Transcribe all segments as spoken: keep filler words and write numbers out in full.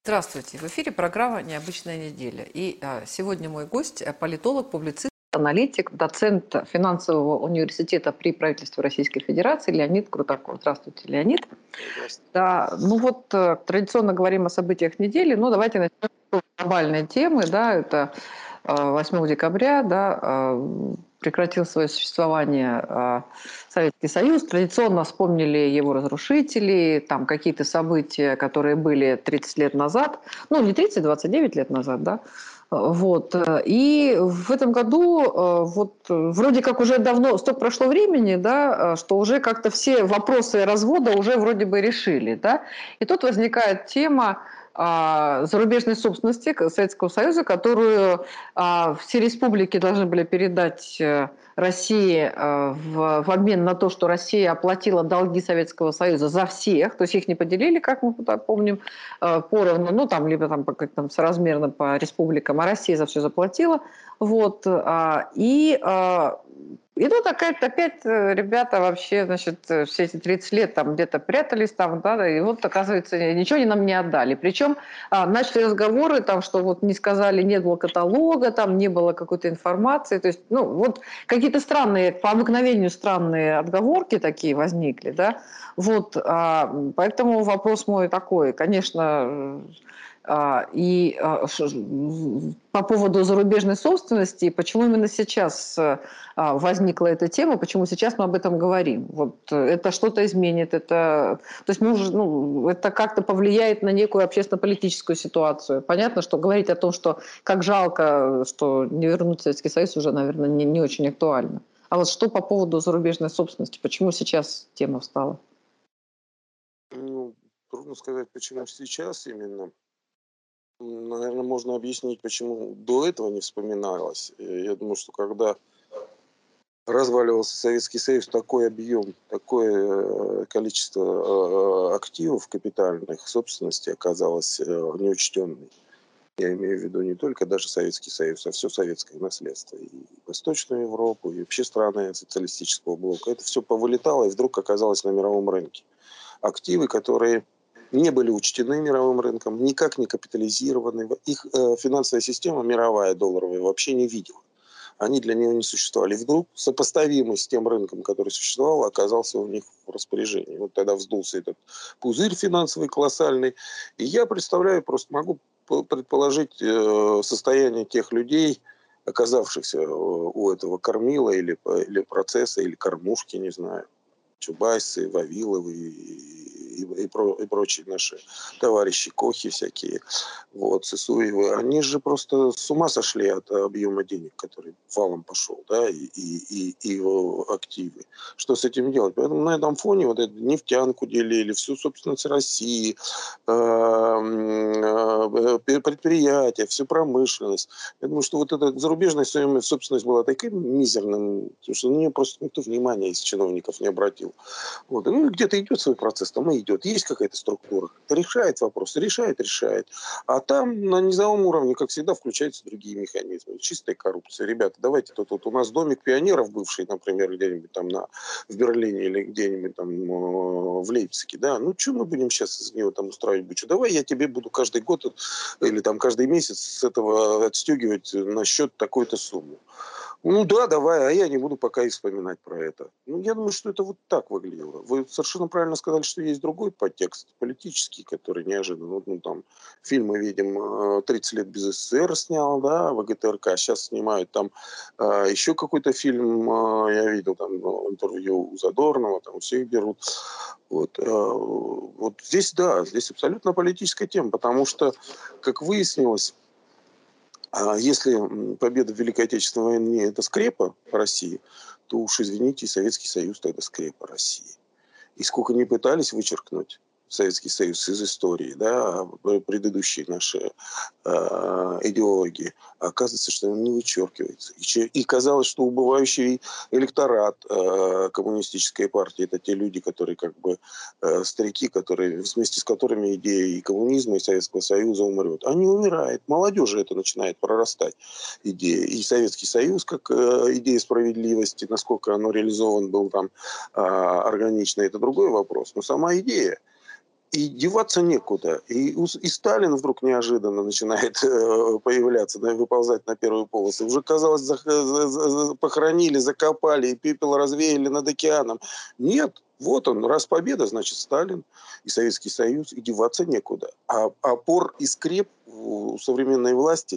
Здравствуйте. В эфире программа «Необычная неделя». И а, сегодня мой гость – э, политолог, публицист, аналитик, доцент финансового университета при правительстве Российской Федерации Леонид Крутаков. Здравствуйте, Леонид. Здравствуйте. Да, ну вот э, традиционно говорим о событиях недели, но давайте начнем с глобальной темы. Да, это э, восьмого декабря, да, э, прекратил свое существование э, Советский Союз. Традиционно вспомнили его разрушители, там какие-то события, которые были тридцать лет назад, ну не тридцать, двадцать девять лет назад, да. Вот. И в этом году э, вот вроде как уже давно, столько прошло времени, да, что уже как-то все вопросы развода уже вроде бы решили, да. И тут возникает тема а, зарубежной собственности Советского Союза, которую а, все республики должны были передать э, России э, в, в обмен на то, что Россия оплатила долги Советского Союза за всех, то есть их не поделили, как мы так помним, э, поровну, ну там либо там как там соразмерно по республикам, а Россия за все заплатила, вот, а, и а, и тут опять, опять э, ребята вообще, значит, э, все эти тридцать лет там где-то прятались там, да, и вот, оказывается, ничего они нам не отдали. Причем а, начали разговоры там, что вот не сказали, не было каталога, там не было какой-то информации. То есть, ну, вот какие-то странные, по обыкновению странные отговорки такие возникли, да. Вот, а, поэтому вопрос мой такой, конечно, а, и а, ш- по поводу зарубежной собственности, почему именно сейчас а, возникла эта тема, почему сейчас мы об этом говорим. Вот э, это что-то изменит, это, то есть мы уже, ну, это как-то повлияет на некую общественно-политическую ситуацию. Понятно, что говорить о том, что как жалко, что не вернуть Советский Союз, уже, наверное, не, не очень актуально. А вот что по поводу зарубежной собственности, почему сейчас тема встала? Ну, трудно сказать, почему сейчас именно. Наверное, можно объяснить, почему до этого не вспоминалось. Э, Я думаю, что когда разваливался Советский Союз, такой объем, такое э, количество э, активов капитальных собственности оказалось э, неучтенной. Я имею в виду не только даже Советский Союз, а все советское наследство. И Восточную Европу, и вообще страны социалистического блока. Это все повылетало и вдруг оказалось на мировом рынке. Активы, которые не были учтены мировым рынком, никак не капитализированы. Их э, финансовая система мировая, долларовая, вообще не видела. Они для нее не существовали. И вдруг сопоставимый с тем рынком, который существовал, оказался у них в распоряжении. Вот тогда вздулся этот пузырь финансовый колоссальный. И я представляю, просто могу предположить э, состояние тех людей, оказавшихся э, у этого кормила или, или процесса, или кормушки, не знаю. Чубайсы, Вавиловы и, и, и, про, и прочие наши товарищи, Кохи всякие, вот, Сысуевы, они же просто с ума сошли от объема денег, который валом пошел, да, и, и, и, и его активы. Что с этим делать? Поэтому на этом фоне вот эту нефтянку делили, всю собственность России, предприятия, всю промышленность. Я думаю, что вот эта зарубежная собственность была таким мизерным, что на нее просто никто внимания из чиновников не обратил. Вот. Ну, где-то идет свой процесс, там и идет. Есть какая-то структура, решает вопрос, решает, решает. А там на низовом уровне, как всегда, включаются другие механизмы. Чистая коррупция. Ребята, давайте тут вот у нас домик пионеров бывший, например, где-нибудь там на, в Берлине или где-нибудь там в Лейпциге, да, ну что мы будем сейчас из него там устраивать бучу? Давай я тебе буду каждый год или там каждый месяц с этого отстегивать на счет такую-то сумму. Ну да, давай, а я не буду пока и вспоминать про это. Ну, я думаю, что это вот так выглядело. Вы совершенно правильно сказали, что есть другой подтекст, политический, который неожиданно. Вот, ну, там, фильмы видим, тридцать лет без СССР снял, да, ВГТРК, сейчас снимают там э, еще какой-то фильм, э, я видел там ну, интервью у Задорнова, там все их берут. Вот, э, вот здесь, да, здесь абсолютно политическая тема, потому что, как выяснилось, а если победа в Великой Отечественной войне – это скрепа России, то уж, извините, и Советский Союз тогда скрепа России. И сколько ни пытались вычеркнуть Советский Союз из истории, да, предыдущие наши э, идеологи, оказывается, что он не вычеркивается. И, и казалось, что убывающий электорат э, коммунистической партии – это те люди, которые как бы э, старики, которые, вместе с которыми идея и коммунизма, и Советского Союза умрет. А не умирает. Молодежи это начинает прорастать идея. И Советский Союз как э, идея справедливости, насколько оно реализован был там э, органично, это другой вопрос. Но сама идея. и деваться некуда. И, и Сталин вдруг неожиданно начинает появляться, да, выползать на первую полосу. Уже, казалось, за, за, за, похоронили, закопали, и пепел развеяли над океаном. Нет, вот он, раз победа, значит Сталин и Советский Союз, и деваться некуда. А опор и скреп у современной власти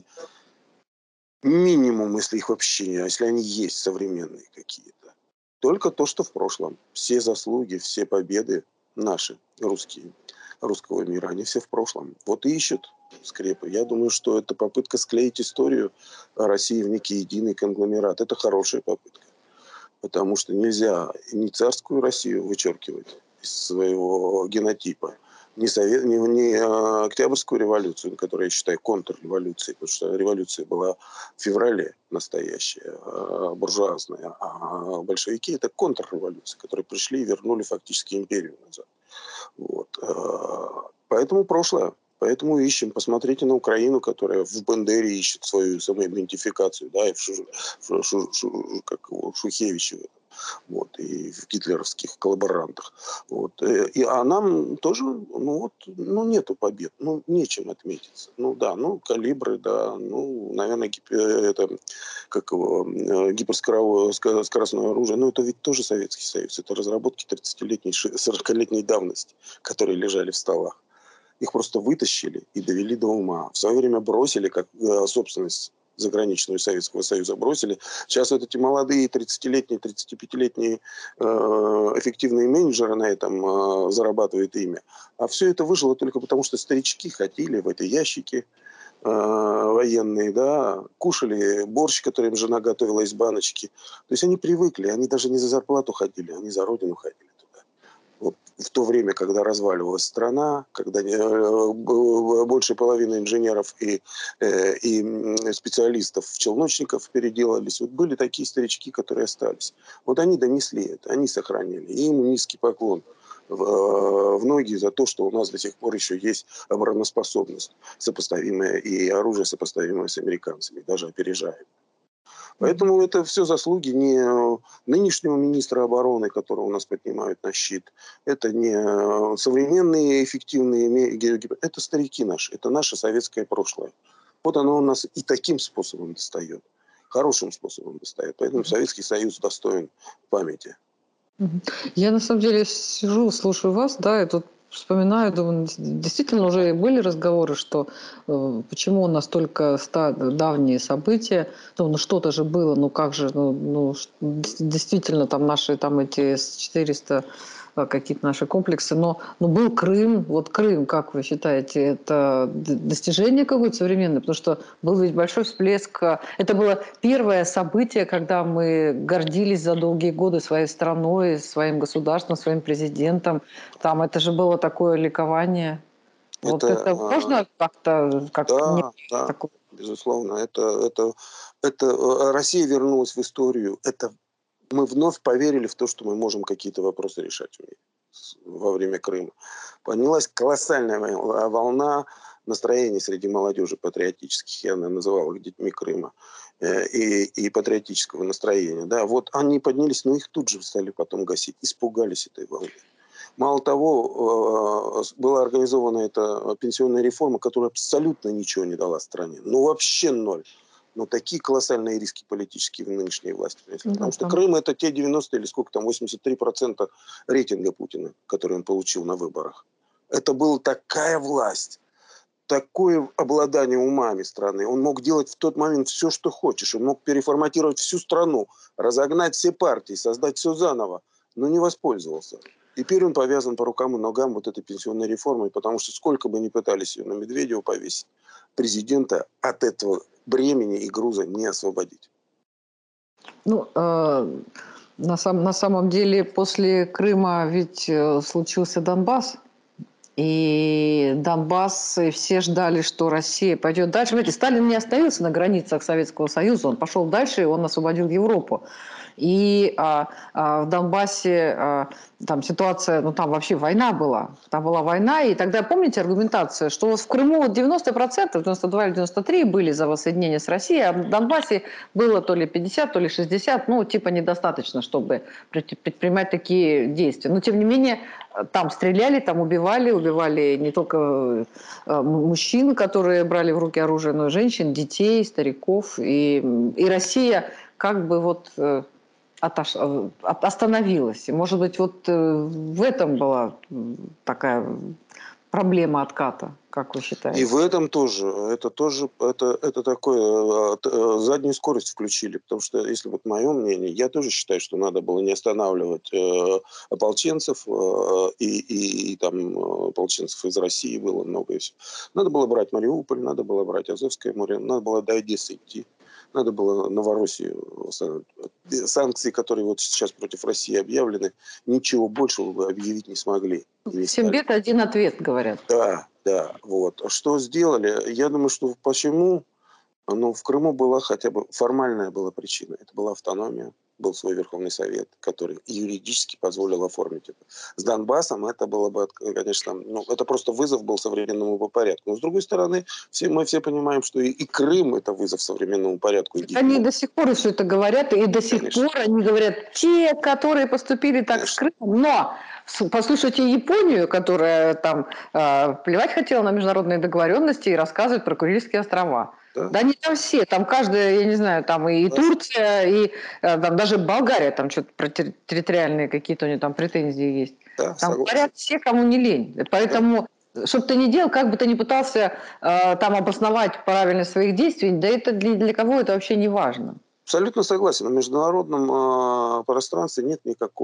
минимум, если их вообще нет, если они есть современные какие-то. Только то, что в прошлом. Все заслуги, все победы наши, русские, русского мира, они все в прошлом. Вот и ищут скрепы. Я думаю, что это попытка склеить историю России в некий единый конгломерат. Это хорошая попытка. Потому что нельзя не царскую Россию вычеркивать из своего генотипа, не, совет, не, не а, Октябрьскую революцию, которую я считаю контрреволюцией, потому что революция была в феврале настоящая, а, буржуазная, а большевики – это контрреволюция, которые пришли и вернули фактически империю назад. Вот. А, поэтому прошлое. Поэтому ищем. Посмотрите на Украину, которая в Бандере ищет свою самоидентификацию, да, и в, Шу, в Шу, Шу, как его, Шухевиче, вот, и в гитлеровских коллаборантах. Вот. И, а нам тоже, ну вот, ну нету побед, ну нечем отметиться. Ну да, ну калибры, да, ну, наверное, гип, это, как его, гиперскоростное оружие, ну это ведь тоже Советский Союз, это разработки тридцатилетней, сорокалетней давности, которые лежали в столах. Их просто вытащили и довели до ума. В свое время бросили, как э, собственность заграничную Советского Союза бросили. Сейчас вот эти молодые тридцатилетние, тридцатипятилетние э, эффективные менеджеры на этом э, зарабатывают имя. А все это выжило только потому, что старички ходили в эти ящики э, военные, да, кушали борщ, который им жена готовила из баночки. То есть они привыкли, они даже не за зарплату ходили, они за родину ходили. Вот в то время, когда разваливалась страна, когда э, больше половины инженеров и, э, и специалистов, челночников переделались, вот были такие старички, которые остались. Вот они донесли это, они сохранили. И им низкий поклон в, в ноги за то, что у нас до сих пор еще есть обороноспособность, сопоставимая и оружие, сопоставимое с американцами, даже опережаем. Поэтому это все заслуги не нынешнего министра обороны, которого у нас поднимают на щит. Это не современные эффективные, это старики наши, это наше советское прошлое. Вот оно у нас и таким способом достает, хорошим способом достает. Поэтому Советский Союз достоин памяти. Я на самом деле сижу, слушаю вас, да, и тут вспоминаю, думаю, действительно уже были разговоры, что э, почему у нас только ста, давние события, ну, ну что-то же было, ну как же, ну, ну действительно там наши там эти эс четыреста какие-то наши комплексы, но, но был Крым, вот Крым, как вы считаете, это достижение какое-то современное? Потому что был ведь большой всплеск, это было первое событие, когда мы гордились за долгие годы своей страной, своим государством, своим президентом, там это же было такое ликование. Вот это, это можно как-то... Как да, да, такое? Безусловно, это, это, это Россия вернулась в историю, это мы вновь поверили в то, что мы можем какие-то вопросы решать во время Крыма. Поднялась колоссальная волна настроений среди молодежи патриотических, я называл их детьми Крыма, и, и патриотического настроения. Да, вот они поднялись, но их тут же стали потом гасить, испугались этой волны. Мало того, была организована эта пенсионная реформа, которая абсолютно ничего не дала стране. Ну, вообще ноль. Но такие колоссальные риски политические в нынешней власти. Да, потому что там... Крым – это те девяносто или сколько там, восемьдесят три процента рейтинга Путина, который он получил на выборах. Это была такая власть, такое обладание умами страны. Он мог делать в тот момент все, что хочешь. Он мог переформатировать всю страну, разогнать все партии, создать все заново, но не воспользовался. Теперь он повязан по рукам и ногам вот этой пенсионной реформой, потому что сколько бы ни пытались ее на Медведева повесить, президента от этого бремени и груза не освободить. Ну, э, на, сам, на самом деле после Крыма ведь случился Донбасс. И Донбасс, и все ждали, что Россия пойдет дальше. Видите, Сталин не остановился на границах Советского Союза, он пошел дальше, и он освободил Европу. И а, а, в Донбассе а, там ситуация, ну там вообще война была. Там была война, и тогда, помните, аргументация, что вот в Крыму вот девяносто процентов, девяносто два или девяносто три были за воссоединение с Россией, а в Донбассе было то ли пятьдесят, то ли шестьдесят, ну типа недостаточно, чтобы предпринимать такие действия. Но тем не менее, там стреляли, там убивали, убивали не только э, мужчин, которые брали в руки оружие, но и женщин, детей, стариков. И, и Россия как бы вот э, отош... остановилась. И, может быть, вот э, в этом была такая проблема отката, как вы считаете? И в этом тоже, это тоже, это, это такое, э, заднюю скорость включили, потому что, если вот мое мнение, я тоже считаю, что надо было не останавливать э, ополченцев, э, и, и, и там ополченцев из России было много, и все. Надо было брать Мариуполь, надо было брать Азовское море, надо было до Одессы идти. Надо было Новороссию, санкции, которые вот сейчас против России объявлены, ничего большего бы объявить не смогли. Семь бед, один ответ, говорят. Да, да, вот. Что сделали? Я думаю, что почему? Ну, в Крыму была хотя бы формальная была причина. Это была автономия, был свой Верховный Совет, который юридически позволил оформить это. С Донбассом это было бы, конечно, ну, это просто вызов был современному порядку. Но, с другой стороны, все, мы все понимаем, что и, и Крым – это вызов современному порядку. Они до сих пор все это говорят, и до сих Конечно. пор они говорят, те, которые поступили так Конечно. С Крымом. Но послушайте Японию, которая там э, плевать хотела на международные договоренности и рассказывает про Курильские острова. Да. Да не там все, там каждая, я не знаю, там и да. Турция, и э, там даже Болгария, там что-то про территориальные какие-то у нее там претензии есть. Да, там согласен. Говорят все, кому не лень. Поэтому, да. Что бы ты ни делал, как бы ты ни пытался э, там обосновать правильность своих действий, да это для, для кого это вообще не важно. Абсолютно согласен. В международном э, пространстве нет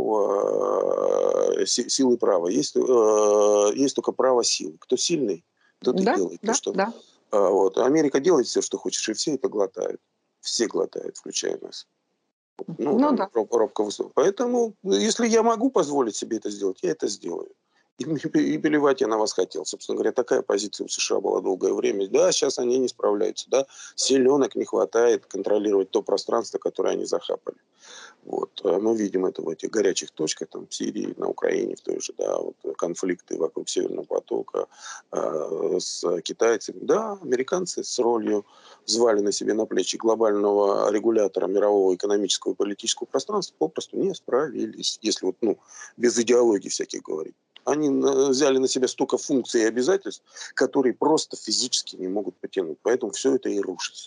никакого э, силы права. Есть, э, есть только право силы. Кто сильный, тот и да, делает. Да, то, что... да. Вот. Америка делает все, что хочешь, и все это глотают. Все глотают, включая нас. Ну, ну там, да. роб, робко высоко. Поэтому, если я могу позволить себе это сделать, я это сделаю. И, и плевать я на вас хотел. Собственно говоря, такая позиция у США была долгое время. Да, сейчас они не справляются. Да, силенок не хватает контролировать то пространство, которое они захапали. Вот. Мы видим это в этих горячих точках, там, в Сирии, на Украине, в той же, да, вот, конфликты вокруг Северного потока э, с китайцами. Да, американцы с ролью взвали на себе на плечи глобального регулятора мирового экономического и политического пространства попросту не справились, если вот, ну, без идеологии всяких говорить. Они взяли на себя столько функций и обязательств, которые просто физически не могут потянуть. Поэтому все это и рушится.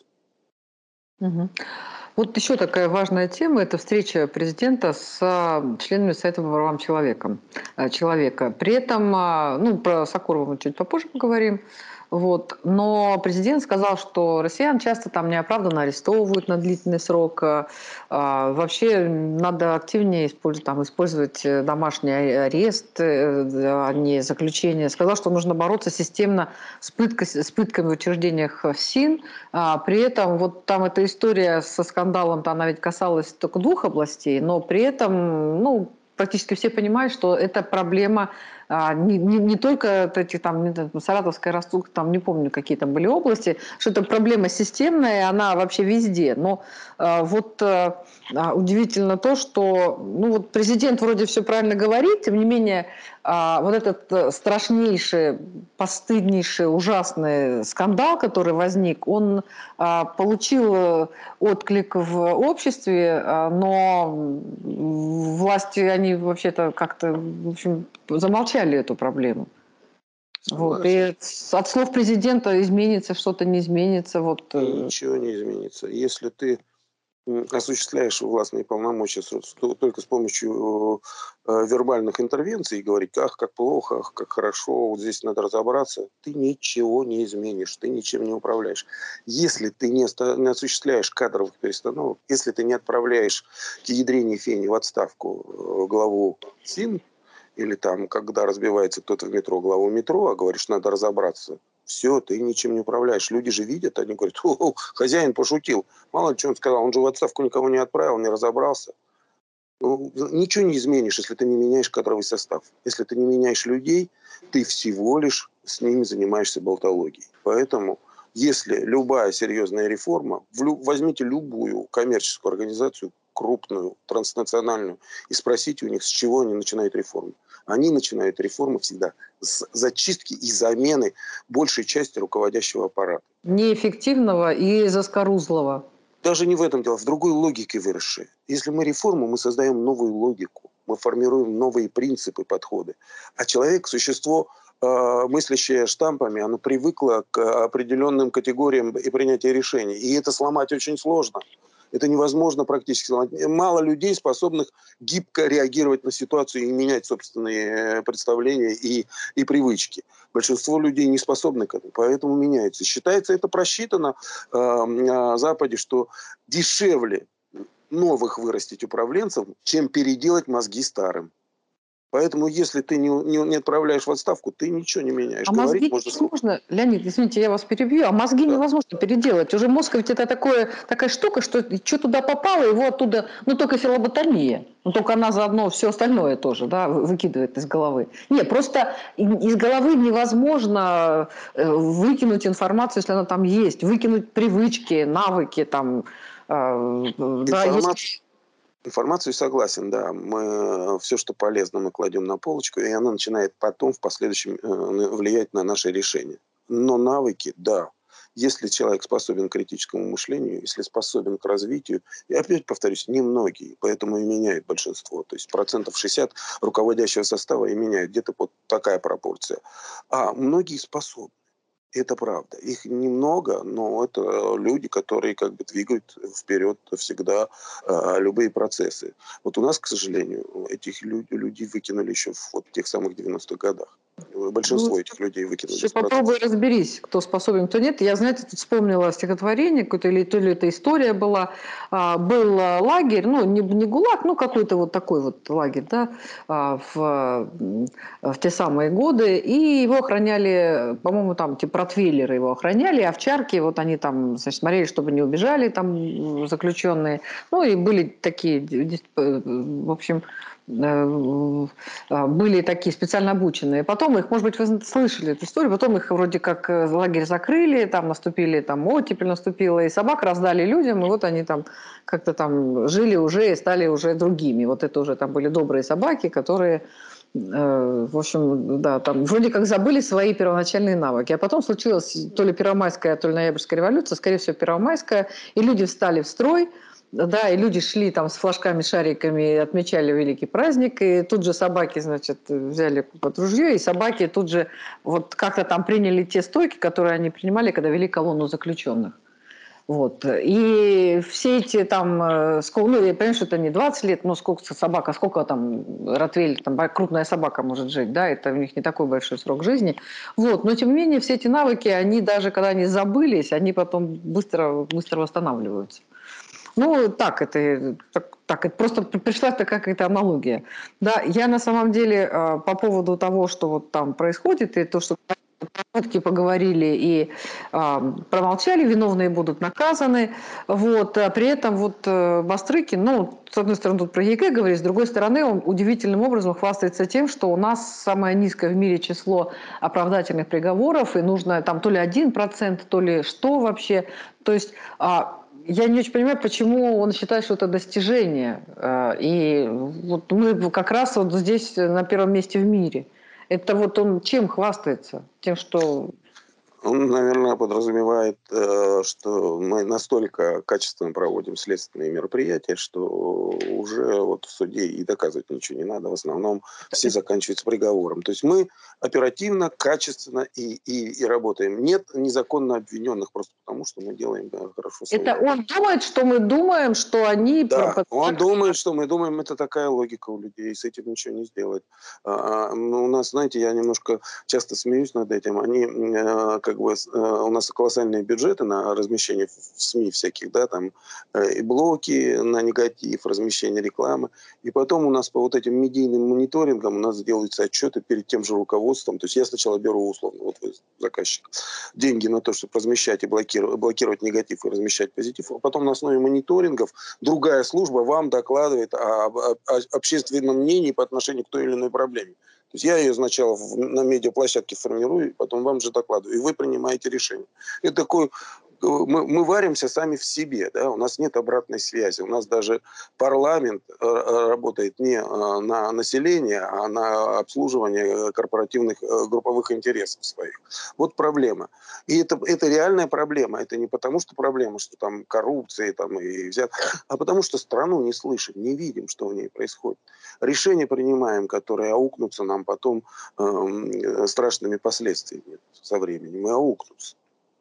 Угу. Вот еще такая важная тема – это встреча президента с членами Совета по правам человека. человека. При этом, ну, про Сокурова мы чуть попозже поговорим, вот, но президент сказал, что россиян часто там неоправданно арестовывают на длительный срок. Вообще надо активнее использовать, там, использовать домашний арест, а не заключение. Сказал, что нужно бороться системно с, пыткой, с пытками в учреждениях ФСИН. При этом вот там эта история со скандалом-то она ведь касалась только двух областей, но при этом, ну, практически все понимают, что это проблема а, не, не, не только эти, там, Саратовская, Ростов, там, не помню, какие там были области, что это проблема системная, она вообще везде. Но а, вот а, удивительно то, что ну, вот президент вроде все правильно говорит, тем не менее, а, вот этот страшнейший, постыднейший, ужасный скандал, который возник, он а, получил отклик в обществе, а, но власти, они вообще-то как-то, в общем, замолчали эту проблему. Вот. И от слов президента изменится что-то, не изменится. Вот. Ничего не изменится. Если ты осуществляешь властные полномочия только с помощью э, вербальных интервенций и говорить, ах, как плохо, ах, как хорошо, вот здесь надо разобраться, ты ничего не изменишь, ты ничем не управляешь. Если ты не, не осуществляешь кадровых перестановок, если ты не отправляешь к ядрене фени в отставку э, главу СИН, или там, когда разбивается кто-то в метро, главу метро, а говоришь, надо разобраться, все, ты ничем не управляешь. Люди же видят, они говорят, о, хозяин пошутил. Мало ли, что он сказал, он же в отставку никого не отправил, не разобрался. Ну, ничего не изменишь, если ты не меняешь кадровый состав. Если ты не меняешь людей, ты всего лишь с ними занимаешься болтологией. Поэтому, если любая серьезная реформа, возьмите любую коммерческую организацию, крупную, транснациональную, и спросите у них, с чего они начинают реформу. Они начинают реформы всегда с зачистки и замены большей части руководящего аппарата. Неэффективного и заскорузлого. Даже не в этом дело, в другой логике выросшей. Если мы реформу, мы создаем новую логику, мы формируем новые принципы, подходы. А человек – существо, э, мыслящее штампами, оно привыкло к определенным категориям и принятию решений. И это сломать очень сложно. Это невозможно практически сломать. Мало людей, способных гибко реагировать на ситуацию и менять собственные представления и, и привычки. Большинство людей не способны к этому, поэтому меняются. Считается, это просчитано э, на Западе, что дешевле новых вырастить управленцев, чем переделать мозги старым. Поэтому, если ты не, не, не отправляешь в отставку, ты ничего не меняешь. А Говорить мозги можно невозможно, Леонид, извините, я вас перебью, а мозги да. невозможно переделать. Уже мозг ведь это такое, такая штука, что что туда попало, его оттуда, ну только филоботомия. Ну только она заодно все остальное тоже, да, выкидывает из головы. Не, просто из головы невозможно выкинуть информацию, если она там есть, выкинуть привычки, навыки, там, э, да, Информация... Информацию согласен, да. Мы все, что полезно, мы кладем на полочку, и она начинает потом в последующем влиять на наши решения. Но навыки, да. Если человек способен к критическому мышлению, если способен к развитию, и опять повторюсь, немногие, поэтому и меняют большинство. То есть процентов шестьдесят руководящего состава и меняют. Где-то вот такая пропорция. А многие способны. Это правда. Их немного, но это люди, которые как бы двигают вперед всегда э, любые процессы. Вот у нас, к сожалению, этих люд- людей выкинули еще в вот тех самых девяностых годах. Большинство Ну, этих людей выкинули еще из процесса. попробуй разберись, кто способен, кто нет. Я, знаете, тут вспомнила стихотворение, какое-то, или то ли это история была. А, был а, лагерь, ну, не, не ГУЛАГ, ну, какой-то вот такой вот лагерь, да, а, в, м, в те самые годы. И его охраняли, по-моему, там, типа, ротвейлеры его охраняли, овчарки, вот они там, значит, смотрели, чтобы не убежали там заключенные. Ну, и были такие, в общем, были такие специально обученные. Потом их, может быть, вы слышали эту историю, потом их вроде как лагерь закрыли, там наступили, там оттепель наступила, и собак раздали людям, и вот они там как-то там жили уже и стали уже другими. Вот это уже там были добрые собаки, которые, э, в общем, да, там вроде как забыли свои первоначальные навыки. А потом случилась то ли Первомайская, то ли Ноябрьская революция, скорее всего, Первомайская, и люди встали в строй. Да, и люди шли там с флажками, шариками, отмечали великий праздник, и тут же собаки, значит, взяли под ружье, и собаки тут же вот как-то там приняли те стойки, которые они принимали, когда вели колонну заключенных. Вот. И все эти там, сколько, ну, я понимаю, что это не двадцать лет, но сколько собака, сколько там ротвейлер, там крупная собака может жить, да, это у них не такой большой срок жизни. Вот. Но тем не менее все эти навыки, они даже когда они забылись, они потом быстро, быстро восстанавливаются. Ну, так это, так, так, это просто пришла такая какая-то аналогия. Да, я на самом деле по поводу того, что вот там происходит, и то, что все-таки поговорили и а, промолчали, виновные будут наказаны. Вот. А при этом вот Бастрыкин, ну, с одной стороны, тут про ЕГЭ говорит, с другой стороны, он удивительным образом хвастается тем, что у нас самое низкое в мире число оправдательных приговоров, и нужно там то ли один процент, то ли что вообще. То есть... А, я не очень понимаю, почему он считает, что это достижение. И вот мы как раз вот здесь на первом месте в мире. Это вот он чем хвастается? Тем, что... Он, наверное, подразумевает, что мы настолько качественно проводим следственные мероприятия, что уже вот в суде и доказывать ничего не надо. В основном все заканчиваются приговором. То есть мы оперативно, качественно и, и, и работаем. Нет незаконно обвиненных просто потому, что мы делаем да, хорошо. Это он думает, что мы думаем, что они... Да, он думает, что мы думаем, это такая логика у людей, с этим ничего не сделать. А, ну, у нас, знаете, я немножко часто смеюсь над этим, они как бы, у нас колоссальные бюджеты на размещение в СМИ всяких, да, там и блоки на негатив, размещение рекламы, и потом у нас по вот этим медийным мониторингам у нас делаются отчеты перед тем же руководством, то есть я сначала беру условно, вот вы заказчик, деньги на то, чтобы размещать и блокировать, блокировать негатив и размещать позитив, а потом на основе мониторинга другая служба вам докладывает о, о, о общественном мнении по отношению к той или иной проблеме. То есть я ее сначала в, на медиаплощадке формирую, потом вам же докладываю, и вы принимаете решение. Это такой мы, мы варимся сами в себе, да, у нас нет обратной связи, у нас даже парламент э, э, работает не э, на население, а на обслуживание корпоративных э, групповых интересов своих. Вот проблема. И это, это реальная проблема, это не потому, что проблема, что там коррупция там, и взят, а потому что страну не слышим, не видим, что в ней происходит. Решения принимаем, которые аукнутся нам потом э, страшными последствиями со временем, и аукнутся.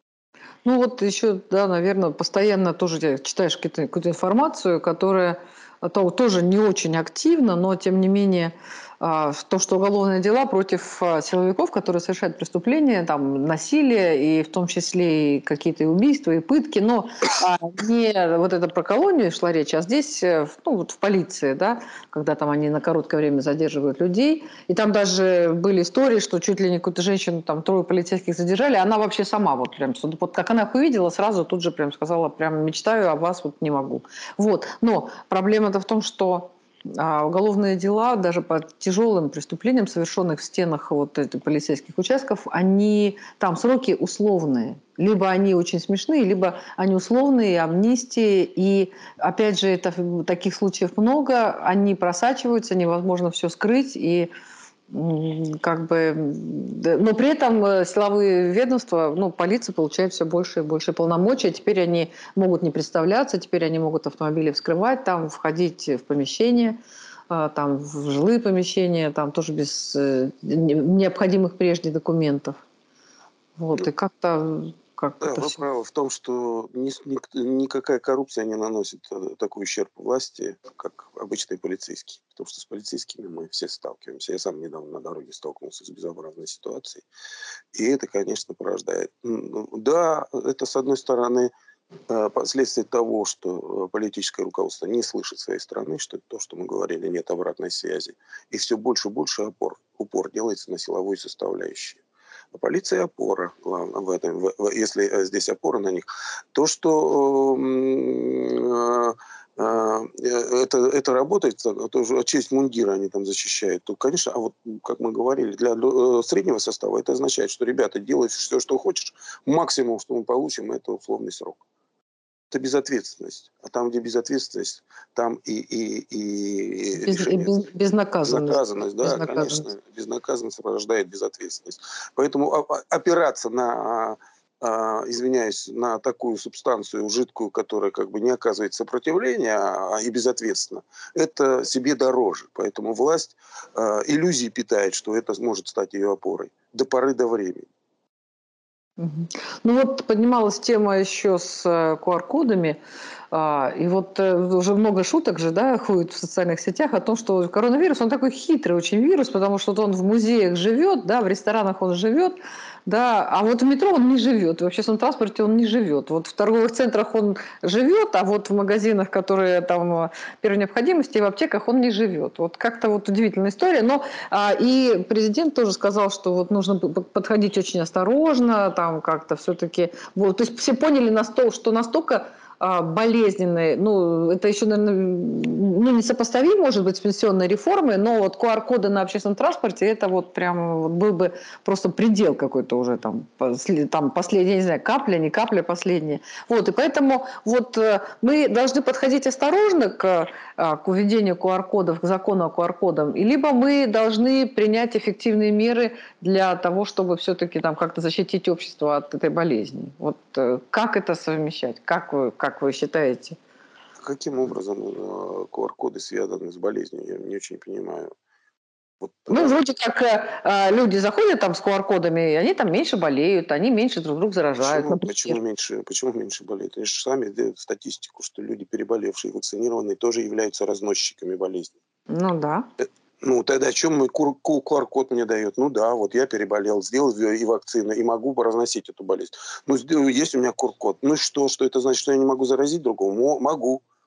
Ну вот еще, да, наверное, постоянно тоже ты читаешь какие-то- какую-то информацию, которая а, то, тоже не очень активна, но тем не менее а, то, что уголовные дела против а, силовиков, которые совершают преступления, там насилие, и в том числе и какие-то и убийства, и пытки, но а, не вот это про колонию шла речь, а здесь, э, в- ну вот в полиции, да, когда там они на короткое время задерживают людей, и там даже были истории, что чуть ли не какую-то женщину, там трое полицейских задержали, она вообще сама вот прям, что- вот как она их увидела, сразу тут же прям сказала, прям мечтаю о вас, вот не могу. Вот, но проблема-то в том, что а, уголовные дела даже по тяжелым преступлениям, совершенных в стенах вот этих полицейских участков, они там сроки условные. Либо они очень смешные, либо они условные, амнистии. И опять же, это, таких случаев много, они просачиваются, невозможно все скрыть. И м, как бы, да, но при этом э, силовые ведомства, ну, полиция получает все больше и больше полномочий. Теперь они могут не представляться, теперь они могут автомобили вскрывать, там, входить в помещения, а, там, в жилые помещения, там тоже без э, не- необходимых прежде документов. Вот, и как-то как Да, это вы все. правы в том, что ни- ник- никакая коррупция не наносит э, такой ущерб власти, как обычный полицейский. Потому что с полицейскими мы все сталкиваемся. Я сам недавно на дороге столкнулся с безобразной ситуацией. И это, конечно, порождает. М, ну, Да, это, с одной стороны, э, последствия того, что э, политическое руководство не слышит своей страны, что это то, что мы говорили, нет обратной связи. И все больше и больше опор, упор делается на силовую составляющую. А полиция опора, главное, в этом, в- в- если э, здесь опора на них. То, что м, э, э, это, это работает, э, тоже честь мундира они там защищают, то, конечно, а вот, м, как мы говорили, для э, среднего состава это означает, что, ребята, делай все, что хочешь, максимум, что мы получим, это условный срок. Это безответственность. А там, где безответственность, там и, и, и Без, и решение. без- безнаказанность. Безнаказанность, да, Безнаказанность. конечно, безнаказанность порождает безответственность. Поэтому о- о- опираться на, а, извиняюсь, на такую субстанцию жидкую, которая как бы не оказывает сопротивления а, и безответственно, это себе дороже. Поэтому власть а, иллюзии питает, что это может стать ее опорой до поры до времени. Мгм. Ну вот поднималась тема еще с э, Q R-кодами, а, и вот э, уже много шуток же, да, ходит в социальных сетях о том, что коронавирус, он такой хитрый очень вирус, потому что вот он в музеях живет, да, в ресторанах он живет, да, а вот в метро он не живет, в общественном транспорте он не живет. Вот в торговых центрах он живет, а вот в магазинах, которые там э, первой необходимости, и в аптеках он не живет. Вот как-то вот удивительная история, но а, и президент тоже сказал, что вот нужно п- п- подходить очень осторожно, там как-то все-таки... Вот, то есть все поняли, насто- что настолько а, болезненные, ну, это еще, наверное, ну, несопоставим, может быть, с пенсионной реформой, но вот Q R-коды на общественном транспорте, это вот прям вот был бы просто предел какой-то уже там, после- там последняя, я не знаю, капля, не капля последняя. Вот, и поэтому вот э, мы должны подходить осторожно к, а, к введению Q R-кодов, к закону о Q R-кодам, и либо мы должны принять эффективные меры для того, чтобы все-таки там как-то защитить общество от этой болезни. Вот э, как это совмещать? Как вы, как вы считаете? Каким образом э, Q R-коды связаны с болезнью, я не очень понимаю. Вот, Ну, э, вроде как э, э, люди заходят там с Q R-кодами, и они там меньше болеют, они меньше друг друга заражают, Почему, почему, например. меньше, почему меньше болеют? Они же сами делают статистику, что люди, переболевшие, вакцинированные, тоже являются разносчиками болезни. Ну да. Э, Ну, тогда о чем мой Q R-код мне дает? Ну да, вот я переболел, сделал и вакцину, и могу разносить эту болезнь. Ну, сделаю, есть у меня Q R-код. Ну и что? Что это значит, что я не могу заразить другого? Мо- Могу.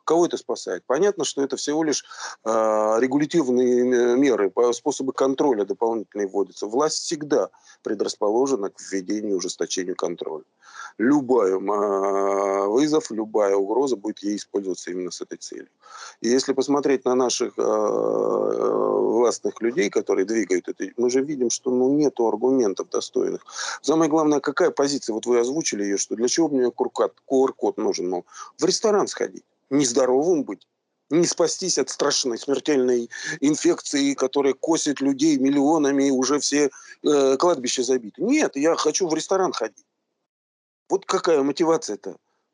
Кого это спасает? Понятно, что это всего лишь э, регулятивные меры, способы контроля дополнительные вводятся. Власть всегда предрасположена к введению и ужесточению контроля. Любой э, вызов, любая угроза будет ей использоваться именно с этой целью. И если посмотреть на наших э, властных людей, которые двигают это, мы же видим, что ну, нет аргументов достойных. Самое главное, какая позиция, вот вы озвучили ее, что для чего мне ку ар код нужен, мол, в ресторан сходить, нездоровым быть, не спастись от страшной смертельной инфекции, которая косит людей миллионами, и уже все э, кладбища забиты. Нет, я хочу в ресторан ходить. Вот какая мотивация-то.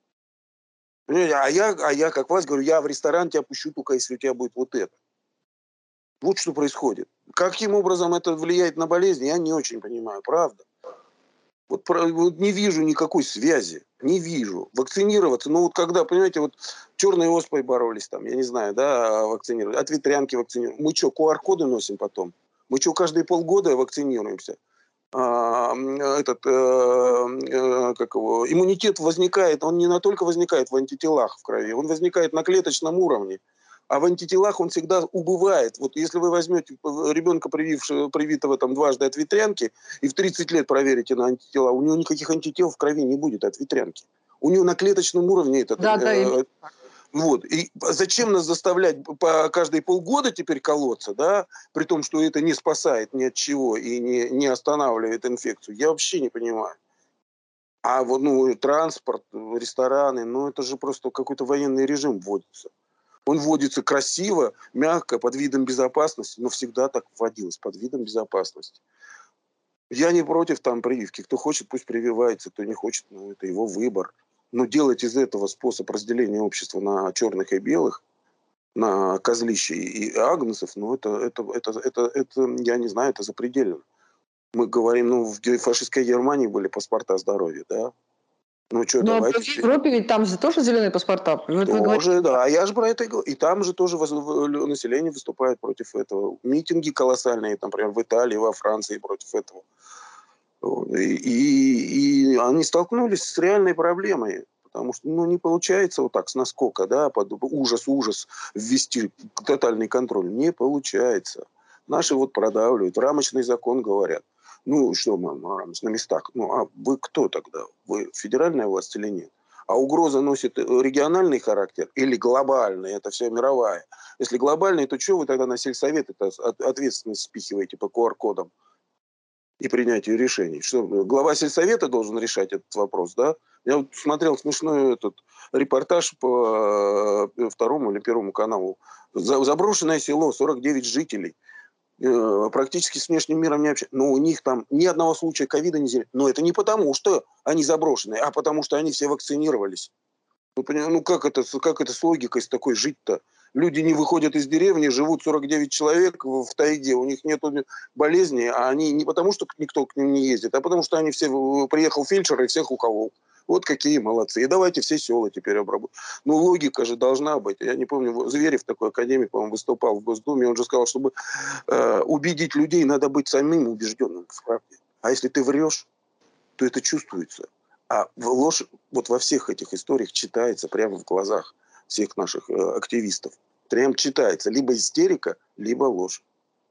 А я, а я, как вас говорю, я в ресторан тебя пущу, только если у тебя будет вот это. Вот что происходит. Каким образом это влияет на болезнь, я не очень понимаю, правда. Вот, вот не вижу никакой связи, не вижу. Вакцинироваться, ну вот когда, понимаете, вот черной оспой боролись там, я не знаю, да, вакцинировали, от ветрянки вакцинируем. Мы что, ку ар коды носим потом? Мы что, каждые полгода вакцинируемся? А, этот, э, э, как его, иммунитет возникает, он не настолько возникает в антителах в крови, он возникает на клеточном уровне. А в антителах он всегда убывает. Вот если вы возьмете ребенка, привившего, привитого там дважды от ветрянки, и в тридцать лет проверите на антитела, у него никаких антител в крови не будет от ветрянки. У него на клеточном уровне это... Да, да, э, вот. И зачем нас заставлять по каждые полгода теперь колоться, да, при том, что это не спасает ни от чего и не, не останавливает инфекцию, я вообще не понимаю. А вот ну, транспорт, рестораны, ну это же просто какой-то военный режим вводится. Он вводится красиво, мягко, под видом безопасности, но всегда так вводилось, под видом безопасности. Я не против там прививки. Кто хочет, пусть прививается, кто не хочет, ну, это его выбор. Но делать из этого способ разделения общества на черных и белых, на козлищей и агнцев, ну, это, это, это, это, это, я не знаю, это запредельно. Мы говорим, ну, в фашистской Германии были паспорта здоровья, да? Ну что, Но давайте... в Европе ведь там же тоже зеленые паспорта. Вот вы Тоже, говорите, да. Я же про это и говорю. И там же тоже население выступает против этого. Митинги колоссальные, например, в Италии, во Франции против этого. И, и, и они столкнулись с реальной проблемой. Потому что ну, не получается вот так с наскока, да, под ужас-ужас ввести тотальный контроль. Не получается. Наши вот продавливают. Рамочный закон говорят. Ну, что мы на местах? Ну, а вы кто тогда? Вы федеральная власть или нет? А угроза носит региональный характер или глобальный? Это все мировая. Если глобальный, то что вы тогда на сельсовет это ответственность спихиваете по ку ар кодам и принятию решений? Что, глава сельсовета должен решать этот вопрос, да? Я вот смотрел смешной этот репортаж по второму или первому каналу. Заброшенное село, сорок девять жителей. Практически с внешним миром не общаются. Но у них там ни одного случая ковида не сделали. Но это не потому, что они заброшенные, а потому, что они все вакцинировались. Ну, ну как, это, как это с логикой с такой жить-то? Люди не выходят из деревни, живут сорок девять человек в тайге, у них нет болезней, а они не потому, что никто к ним не ездит, а потому, что они все, приехал фельдшер и всех уколол. Вот какие молодцы. И давайте все села теперь обработать. Ну, логика же должна быть. Я не помню, Зверев, такой академик, по-моему, выступал в Госдуме, он же сказал, чтобы э, убедить людей, надо быть самим убежденным в правде. А если ты врешь, то это чувствуется. А ложь вот во всех этих историях читается прямо в глазах всех наших э, активистов. Прям читается. Либо истерика, либо ложь.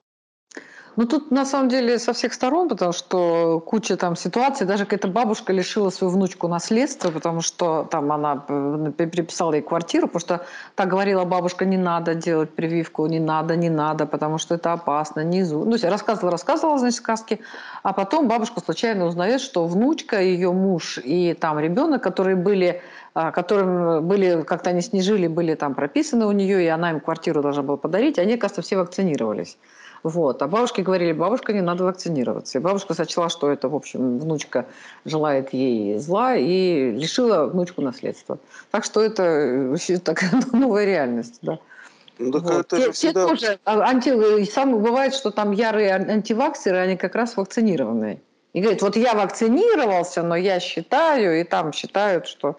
Ну, тут на самом деле со всех сторон, потому что куча там ситуаций, даже какая-то бабушка лишила свою внучку наследства, потому что там она переписала ей квартиру, потому что так говорила бабушка, не надо делать прививку, не надо, не надо, потому что это опасно, не зу. Ну, рассказывала, рассказывала, значит, сказки, а потом бабушка случайно узнает, что внучка, ее муж и там ребенок, которые были, которым были, как-то они с ней жили, были там прописаны у нее, и она им квартиру должна была подарить, они, кажется, все вакцинировались. Вот. А бабушке говорили, бабушка, не надо вакцинироваться. И бабушка сочла, что это, в общем, внучка желает ей зла и лишила внучку наследства. Так что это вообще такая новая реальность. Да. Ну, так вот. это те, же всегда... те тоже, анти, сам, бывает, что там ярые антиваксеры, они как раз вакцинированные. И говорят, вот я вакцинировался, но я считаю, и там считают, что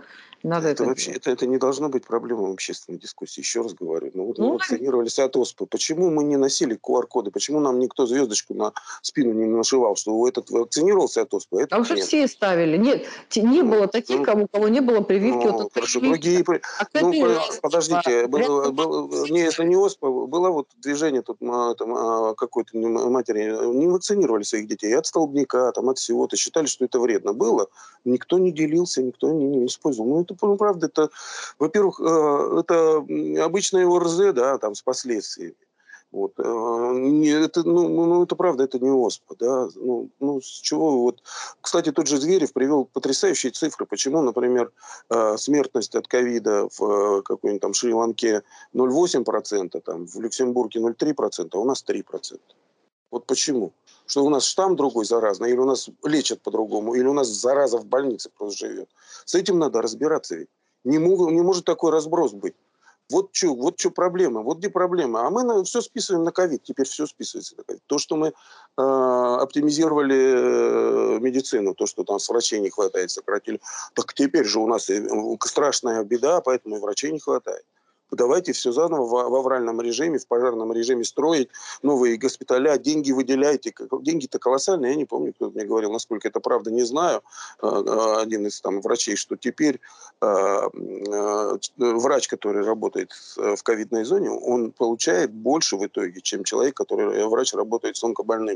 Надо Это это вообще, делать. это, это не должно быть проблемой общественной дискуссии. Еще раз говорю, ну вот мы Ну, вакцинировались от оспы. Почему мы не носили ку ар коды? Почему нам никто звездочку на спину не нашивал, что этот вакцинировался от оспы, а а этот уже нет? все ставили. Нет, те- не Ну, было таких, ну, кому, у кого не было прививки от ну, этой хорошо, прививки. другие... при- А к Ну, этой по- раз, типа, подождите, было, рядом было- не, это не оспа, было вот движение тут а, там, а, какой-то м- матери, не вакцинировали своих детей и от столбняка, там, от всего-то, считали, что это вредно. Было, никто не делился, никто не, не использовал. Ну, это, ну, правда, это, во-первых, э, это м, обычное о эр зэ, да, там, с последствиями. Вот. э, не- Это, ну, ну, ну, это правда, это не оспа, да. Ну, ну, с чего вот... Кстати, тот же Зверев привел потрясающие цифры. Почему, например, э, смертность от ковида в э, какой-нибудь там Шри-Ланке ноль целых восемь десятых процента, там, в Люксембурге ноль целых три десятых процента, а у нас три процента. Вот почему? Что у нас штамм другой заразный, или у нас лечат по-другому, или у нас зараза в больнице просто живет. С этим надо разбираться ведь. Не, мог- не может такой разброс быть. Вот что вот чё проблема, вот где проблема. А мы все списываем на ковид, теперь все списывается на ковид. То, что мы э, оптимизировали э, медицину, то, что там с врачей не хватает, сократили, так теперь же у нас и, э, страшная беда, поэтому и врачей не хватает. Давайте все заново в, в авральном режиме, в пожарном режиме строить новые госпиталя, деньги выделяйте. Как- Деньги-то колоссальные, я не помню, кто мне говорил, насколько это правда, не знаю. Э, э, Один из там врачей, что теперь э, э, врач, который работает э, в ковидной зоне, он получает больше в итоге, чем человек, который э, врач работает с онкобольными.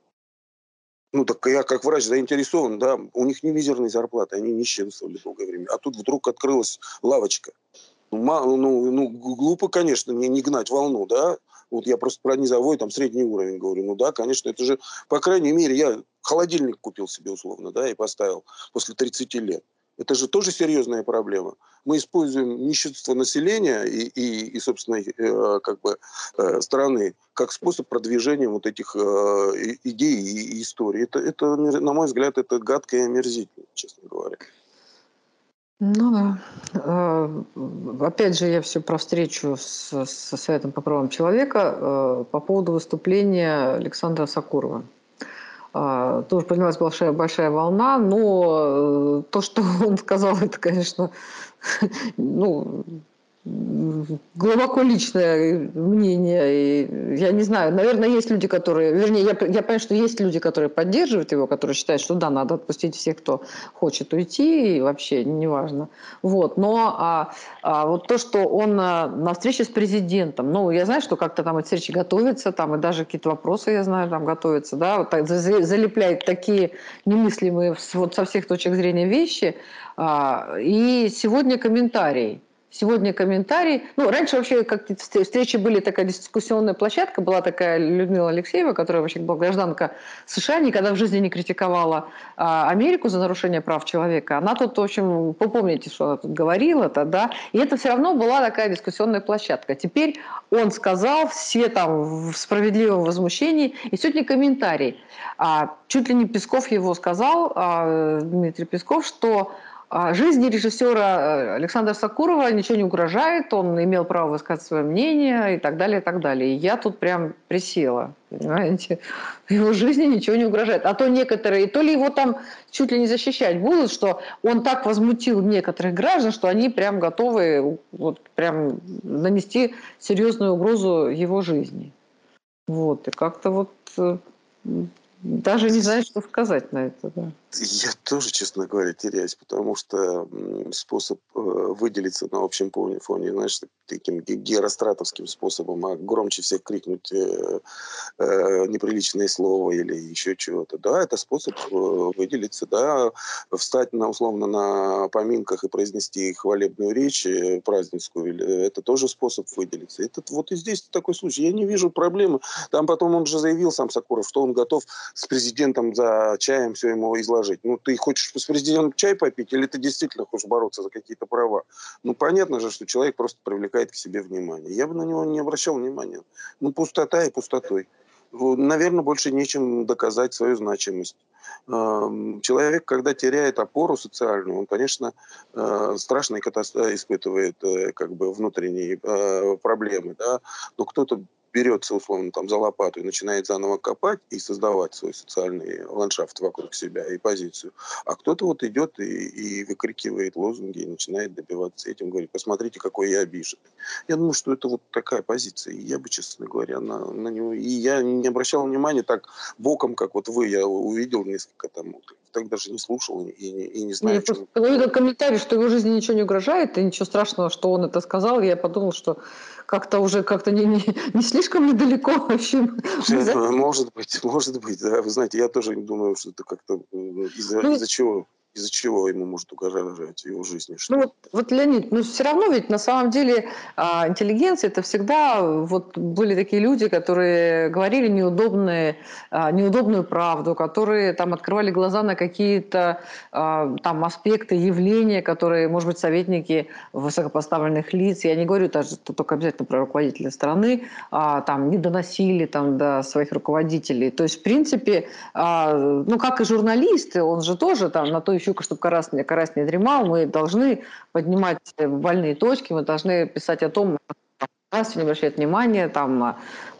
Ну, так я как врач заинтересован, да, у них не мизерные зарплаты, они нищенствовали долгое время. А тут вдруг открылась лавочка. Ну, ма- ну, ну, г- глупо, конечно, не, не гнать волну, да. Вот я просто про низовой, там, средний уровень говорю. Ну да, конечно, это же, по крайней мере, я холодильник купил себе условно, да, и поставил после тридцати лет. Это же тоже серьезная проблема. Мы используем нищетство населения и, и, и собственно, э, как бы, э, страны как способ продвижения вот этих э, и- идей и, и историй. Это, это, на мой взгляд, это гадко и омерзительно, честно говоря. ну да. Э, Опять же, я все про встречу с, со Советом по правам человека э, по поводу выступления Александра Сокурова. А, Тоже поднялась большая, большая волна, но э, то, что он сказал, это, конечно, ну, глубоко личное мнение. И я не знаю, наверное, есть люди, которые... Вернее, я, я понимаю, что есть люди, которые поддерживают его, которые считают, что да, надо отпустить всех, кто хочет уйти, и вообще неважно. Вот. Но а, а вот то, что он а, на встрече с президентом, ну, я знаю, что как-то там эти встречи готовятся, там и даже какие-то вопросы, я знаю, там готовятся, да, вот так, за- залепляет такие немыслимые вот со всех точек зрения вещи. А, и сегодня комментарий. Сегодня комментарий. Ну, раньше вообще как-то встречи были, такая дискуссионная площадка, была такая Людмила Алексеева, которая вообще была гражданка США, никогда в жизни не критиковала а, Америку за нарушение прав человека. Она тут, в общем, вы помните, что она тут говорила тогда. И это все равно была такая дискуссионная площадка. Теперь он сказал, все там в справедливом возмущении. И сегодня комментарий. А, чуть ли не Песков его сказал, а, Дмитрий Песков, что а, жизни режиссера Александра Сокурова ничего не угрожает, он имел право высказать свое мнение и так далее, и так далее. И я тут прям присела, понимаете? Его жизни ничего не угрожает. А то некоторые, то ли его там чуть ли не защищать будут, что он так возмутил некоторых граждан, что они прям готовы вот прям нанести серьезную угрозу его жизни. Вот, и как-то вот э, даже не знаю, что сказать на это, да. Я тоже, честно говоря, теряюсь, потому что м, способ э, выделиться на общем фоне, фоне, знаешь, таким ге- геростратовским способом, а громче всех крикнуть э, э, неприличное слово или еще чего-то. Да, это способ э, выделиться, да, встать на, условно на поминках и произнести хвалебную речь э, праздническую, или- это тоже способ выделиться. Это, вот и здесь такой случай. Я не вижу проблемы. Там потом он же заявил, сам Сокуров, что он готов с президентом за чаем все ему изложить. Ну, ты хочешь с президентом чай попить, или ты действительно хочешь бороться за какие-то права? Ну, понятно же, что человек просто привлекает к себе внимание. Я бы на него не обращал внимания. Ну, пустота и пустотой. Наверное, больше нечем доказать свою значимость. Эм, Человек, когда теряет опору социальную, он, конечно, э, страшные катастро- испытывает э, как бы внутренние э, проблемы, да, но кто-то берется, условно, там, за лопату и начинает заново копать и создавать свой социальный ландшафт вокруг себя и позицию. А кто-то вот идет и, и выкрикивает лозунги и начинает добиваться этим, говорит, посмотрите, какой я обиженный. Я думаю, что это вот такая позиция. И я бы, честно говоря, на, на него... И я не обращал внимания так боком, как вот вы, я увидел несколько там, так даже не слушал и не, и не знаю, Я о чем. просто увидел комментарий, что его жизни ничего не угрожает, и ничего страшного, что он это сказал. Я подумал, что как-то уже как-то не, не, не слишком недалеко вообще. Мы за- Может быть, может быть, да. Вы знаете, я тоже не думаю, что это как-то м, из-за Ну, из-за чего, из-за чего ему может угрожать в его жизни Ну что-то. вот, вот, Леонид, ну все равно ведь на самом деле а, интеллигенция это всегда вот были такие люди, которые говорили неудобные, а, неудобную правду, которые там открывали глаза на какие-то а, там аспекты, явления, которые, может быть, советники высокопоставленных лиц, я не говорю даже только обязательно про руководителя страны, а, там не доносили там до своих руководителей. То есть, в принципе, а, ну как и журналисты, он же тоже там на то и щука, чтобы карась, карась не дремал, мы должны поднимать больные точки, мы должны писать о том, что не обращает внимания, там,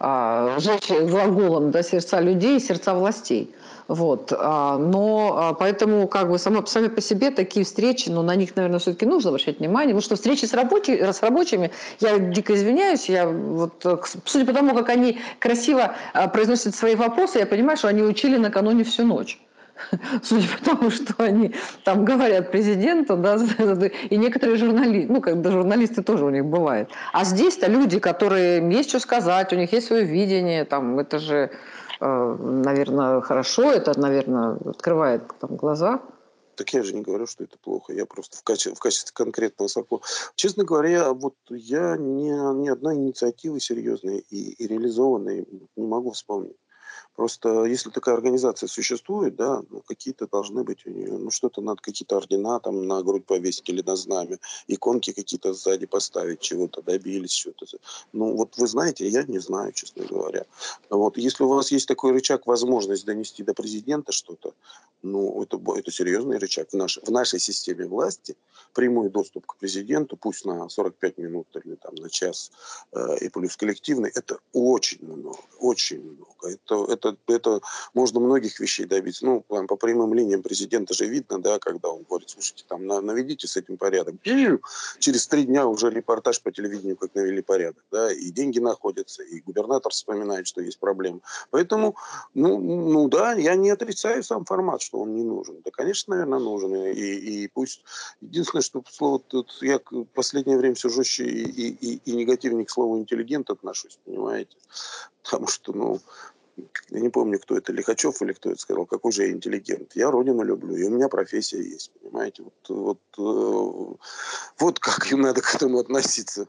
а, сжечь глаголом, да, сердца людей, сердца властей. Вот. а, Но а, поэтому как бы само, сами по себе такие встречи, но на них, наверное, все-таки нужно обращать внимание, потому что встречи с, рабочими, с рабочими, я дико извиняюсь, я вот, э, к- судя по тому, как они красиво а, произносят свои вопросы, я понимаю, что они учили накануне всю ночь. Судя по тому, что они там говорят президенту, да, и некоторые журналисты, ну, как бы журналисты тоже у них бывают. А здесь-то люди, которые есть что сказать, у них есть свое видение, там, это же, э, наверное, хорошо, это, наверное, открывает там, глаза. Так я же не говорю, что это плохо. Я просто в, качестве, в качестве конкретного сокола. Честно говоря, вот я ни, ни одной инициативы серьезной и, и реализованной не могу вспомнить. Просто если такая организация существует, да, ну, какие-то должны быть у нее, ну, что-то надо, какие-то ордена там на грудь повесить или на знамя, иконки какие-то сзади поставить, чего-то добились, что-то. Ну, вот вы знаете, я не знаю, честно говоря. Вот, если у вас есть такой рычаг, возможность донести до президента что-то, ну, это, бо- это серьезный рычаг в, наш, в нашей системе власти, прямой доступ к президенту, пусть на сорок пять минут или там на час, э, и плюс коллективный, это очень много, очень много. Это, это, это можно многих вещей добиться. Ну, прям по прямым линиям президента же видно, да, когда он говорит, слушайте, там, на- наведите с этим порядок. Через три дня уже репортаж по телевидению, как навели порядок, да, и деньги находятся, и губернатор вспоминает, что есть проблемы. Поэтому, ну, ну да, я не отрицаю сам формат, что он не нужен. Да, конечно, наверное, нужен. И, и, и пусть... Единственное, что слово тут я в последнее время все жестче и, и, и, и негативнее к слову интеллигент отношусь, понимаете? Потому что, ну, я не помню, кто это, Лихачев или кто это сказал, какой же я интеллигент. Я родину люблю, и у меня профессия есть, понимаете? Вот, вот, э, вот как им надо к этому относиться.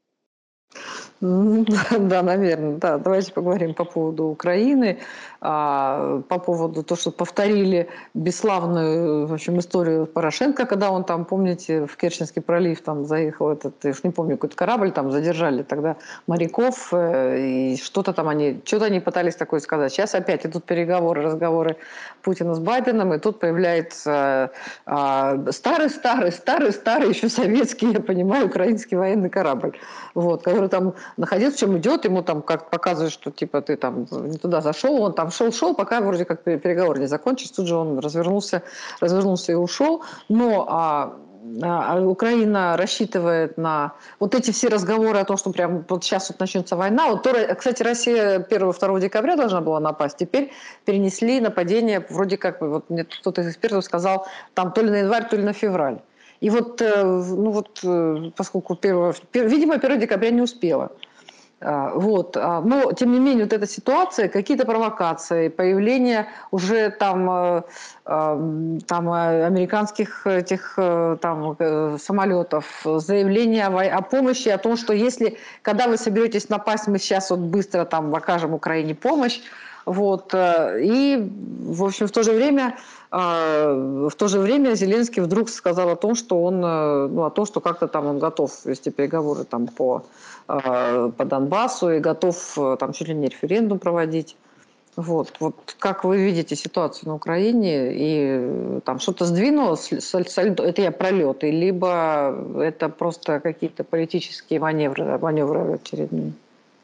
М, Да, да, наверное, да. Давайте поговорим по поводу Украины, а, по поводу того, что повторили бесславную, в общем, историю Порошенко, когда он там, помните, в Керченский пролив там заехал этот, я уж не помню, какой-то корабль, там задержали тогда моряков, э, и что-то там они, что-то они пытались такое сказать. Сейчас опять идут переговоры, разговоры Путина с Байденом, и тут появляется а, старый, старый, старый, старый, еще советский, я понимаю, украинский военный корабль, вот, который там находился, в чем идет, ему там как показывают, что типа ты там не туда зашел, он там шел-шел, пока вроде как переговоры не закончились, тут же он развернулся, развернулся и ушел, но а, а Украина рассчитывает на вот эти все разговоры о том, что прям вот сейчас вот начнется война. Вот то, кстати, Россия первого-второго декабря должна была напасть, теперь перенесли нападение, вроде как, вот мне кто-то из экспертов сказал, там то ли на январь, то ли на февраль. И вот, э, ну вот, э, поскольку, первого, пер- видимо, первого декабря не успела. А, Вот. а, Но, тем не менее, вот эта ситуация, какие-то провокации, появление уже там, э, э, там э, американских этих э, там, э, самолетов, заявление о, вой- о помощи, о том, что если, когда вы соберетесь напасть, мы сейчас вот быстро там окажем Украине помощь. Вот. э, И, в общем, в то же время а, в то же время Зеленский вдруг сказал о том, что он, э, ну, о том, что как-то там он готов вести переговоры там по, э, по Донбассу и готов э, там чуть ли не референдум проводить. Вот, вот как вы видите ситуацию на Украине и э, там что-то сдвинулось, с- с- это я пролеты, либо это просто какие-то политические маневры, маневры очередные?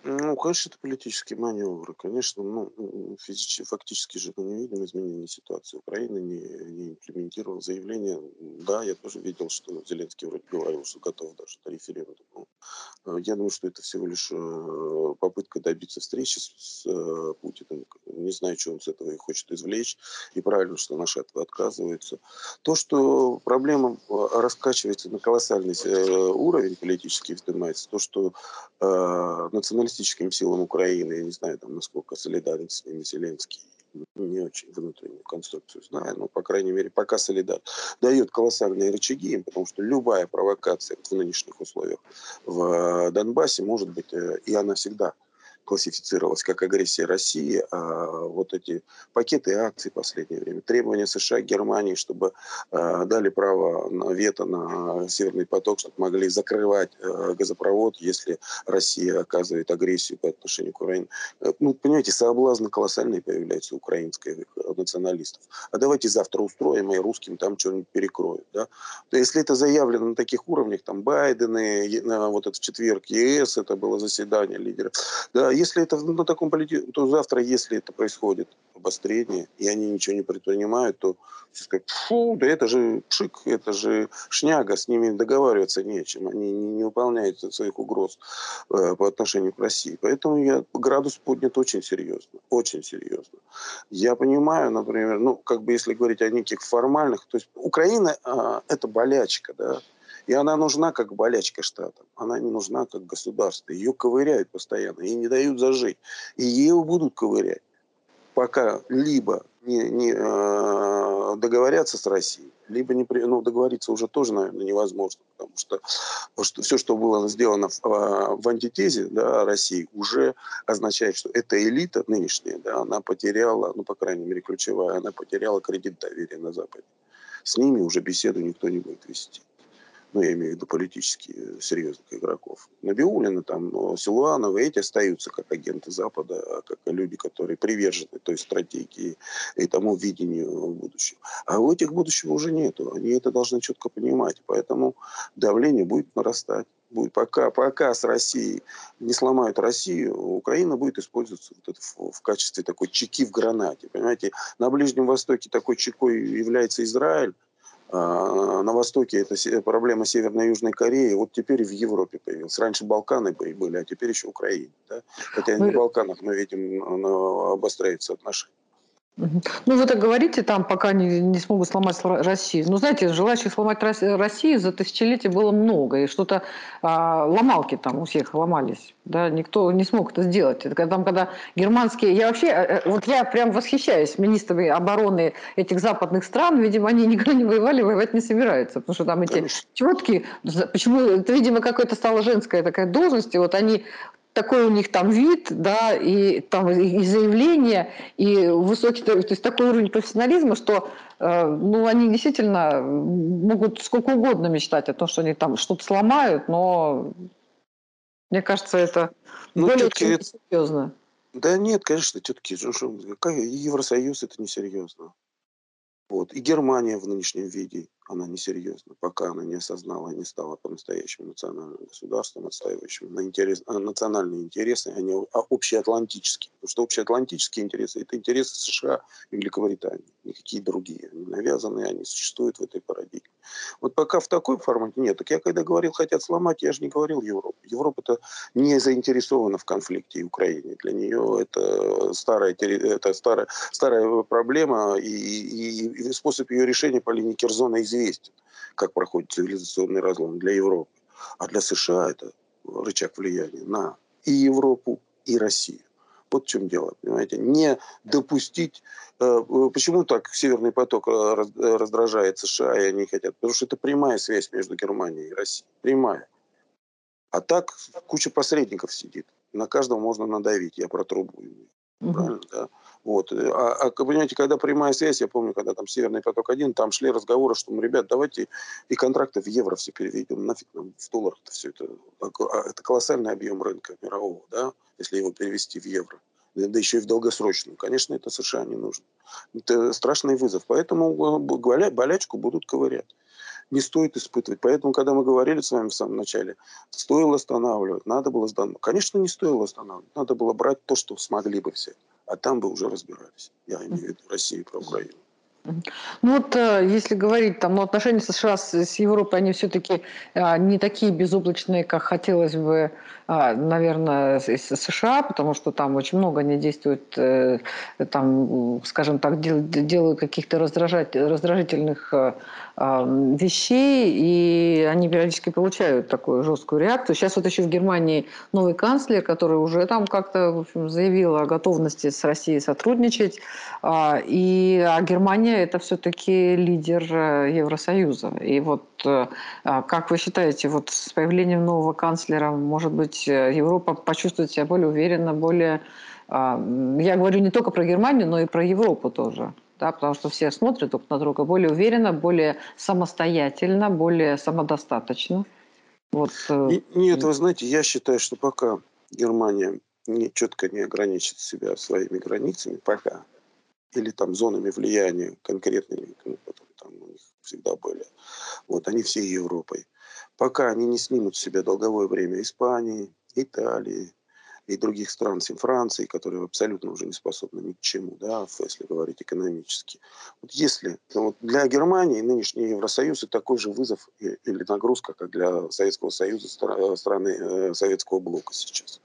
Ну, конечно, это политические маневры. Конечно, ну, м, физически, фактически же мы не видим изменения ситуации. Украина не, не имплементировала заявление. Да, я тоже видел, что Зеленский вроде говорил, что готов даже на референдум. Ну, э, я думаю, что это всего лишь э, попытка добиться встречи с, с, э, Путиным. Не знаю, что он с этого и хочет извлечь. И правильно, что наши от этого отказываются. То, что проблема э, раскачивается на колоссальный э, уровень политический, вздымается, то, что э, националистическим силам Украины, я не знаю, там, насколько солидарен с ними Зеленский, не очень внутреннюю конструкцию знаю, но, по крайней мере, пока солидар дает колоссальные рычаги им, потому что любая провокация в нынешних условиях в Донбассе может быть, э, и она всегда классифицировалась как агрессия России, а вот эти пакеты акций в последнее время, требования США, Германии, чтобы э, дали право на вето на Северный поток, чтобы могли закрывать э, газопровод, если Россия оказывает агрессию по отношению к Украине. Э, Ну, понимаете, соблазны колоссальные появляются у украинских э, националистов. А давайте завтра устроим, и русским там что-нибудь перекроют. Да? То если это заявлено на таких уровнях, там Байдены, е- на вот этот в четверг ЕС, это было заседание лидеров. Да, если это на таком полите, то завтра, если это происходит обострение, и они ничего не предпринимают, то все скажут: фу, да это же пшик, это же шняга, с ними договариваться нечем, они не, не выполняют своих угроз э, по отношению к России. Поэтому я, градус поднят очень серьезно, очень серьезно. Я понимаю, например, ну, как бы если говорить о неких формальных, то есть Украина а, это болячка, да, и она нужна как болячка штатам. Она не нужна как государство. Ее ковыряют постоянно, ей не дают зажить. И ее будут ковырять, пока либо не, не э, договорятся с Россией, либо не при, ну, договориться уже тоже, наверное, невозможно, потому что, потому что все, что было сделано в, э, в антитезе, да, России, уже означает, что эта элита нынешняя, да, она потеряла, ну, по крайней мере, ключевая, она потеряла кредит доверия на Западе. С ними уже беседу никто не будет вести. Ну, я имею в виду политически э, серьезных игроков. Набиуллина, там, но Силуанова, эти остаются как агенты Запада, а как люди, которые привержены той стратегии и тому видению будущего. А у этих будущего уже нету. Они это должны четко понимать. Поэтому давление будет нарастать. Будет. Пока, пока с Россией не сломают Россию, Украина будет использоваться вот это в, в качестве такой чеки в гранате. Понимаете, на Ближнем Востоке такой чекой является Израиль, а, на Востоке это проблема Северной и Южной Кореи. Вот теперь в Европе появилась. Раньше Балканы были, а теперь еще Украина. Да? Хотя на Ну, Балканах мы видим, обостряются отношения. мгм. Ну, вы так говорите, там, пока не, не смогут сломать Сла- Россию. Ну, знаете, желающих сломать Рос- Россию за тысячелетия было много. И что-то а, ломалки там у всех ломались. Да, никто не смог это сделать. Это когда, там, когда германские... Я вообще... э, э, Вот я прям восхищаюсь министрами обороны этих западных стран. Видимо, они никогда не воевали, воевать не собираются. Потому что там эти Конечно. четкие... Почему? Это, видимо, какая-то стала женская такая должность. И вот они такой у них там вид, да, и там и заявления, и высокий, то есть такой уровень профессионализма, что э, ну, они действительно могут сколько угодно мечтать о том, что они там что-то сломают, но мне кажется, это Ну, более чем тетки, несерьезно. да нет, конечно, тетки, ну, что, как Евросоюз, это несерьезно. Вот. И Германия в нынешнем виде, она несерьезна, пока она не осознала, не стала по-настоящему национальным государством, отстаивающим на интерес, а, национальные интересы, а не а общеатлантические. Потому что общеатлантические интересы – это интересы США и Великобритании, никакие другие. Они навязаны, они существуют в этой парадигме. Вот пока в такой формате нет. Так я когда говорил, хотят сломать, я же не говорил Европу. Европа-то не заинтересована в конфликте и Украине. Для нее это старая, это старая, старая проблема, и, и, и способ ее решения по линии Керзона известен, как проходит цивилизационный разлом для Европы. А для США это рычаг влияния на и Европу, и Россию. Вот в чем дело, понимаете? Не допустить... Э, почему так Северный поток э, раздражает США, и они хотят? Потому что это прямая связь между Германией и Россией. Прямая. А так куча посредников сидит. На каждого можно надавить. Я про трубу. Мгм. Правильно, да? Вот. А, а понимаете, когда прямая связь, я помню, когда там Северный поток один, там шли разговоры, что, ну, ребят, давайте и контракты в евро все переведем, нафиг нам в долларах это все это. А это колоссальный объем рынка мирового, да, если его перевести в евро. Да еще и в долгосрочную. Конечно, это США не нужно. Это страшный вызов. Поэтому болячку будут ковырять. не стоит испытывать. Поэтому, когда мы говорили с вами в самом начале, стоило останавливать, надо было останавливать. Конечно, не стоило останавливать. Надо было брать то, что смогли бы все. А там бы уже разбирались. Я имею в виду Россию про Украину. Ну вот, э, если говорить, там, ну, отношения США с, с Европой, они все-таки а, не такие безоблачные, как хотелось бы, а, наверное, с, с США, потому что там очень много они действуют, э, там, скажем так, дел, делают каких-то раздражать, раздражительных э, а, вещей, и они периодически получают такую жесткую реакцию. Сейчас вот еще в Германии новый канцлер, который уже там как-то, в общем, заявил о готовности с Россией сотрудничать, а, и а Германия это все-таки лидер э, Евросоюза. И вот э, а как вы считаете, вот с появлением нового канцлера, может быть, э, Европа почувствует себя более уверенно, более... а, м, Я говорю не только про Германию, но и про Европу тоже. Да, потому что все смотрят друг на друга более уверенно, более самостоятельно, более самодостаточно. Вот, э, И- Нет, вы знаете, я считаю, что пока Германия не, четко не ограничит себя своими границами, пока, или там зонами влияния конкретными, ну, которые там у них всегда были, вот они всей Европой, пока они не снимут с себя долговое время Испании, Италии и других стран, сем Франции, которые абсолютно уже не способны ни к чему, да, ф- если говорить экономически. Вот если ну, вот для Германии нынешний Евросоюз это такой же вызов и- или нагрузка, как для Советского Союза стра- страны э, Советского блока сейчас.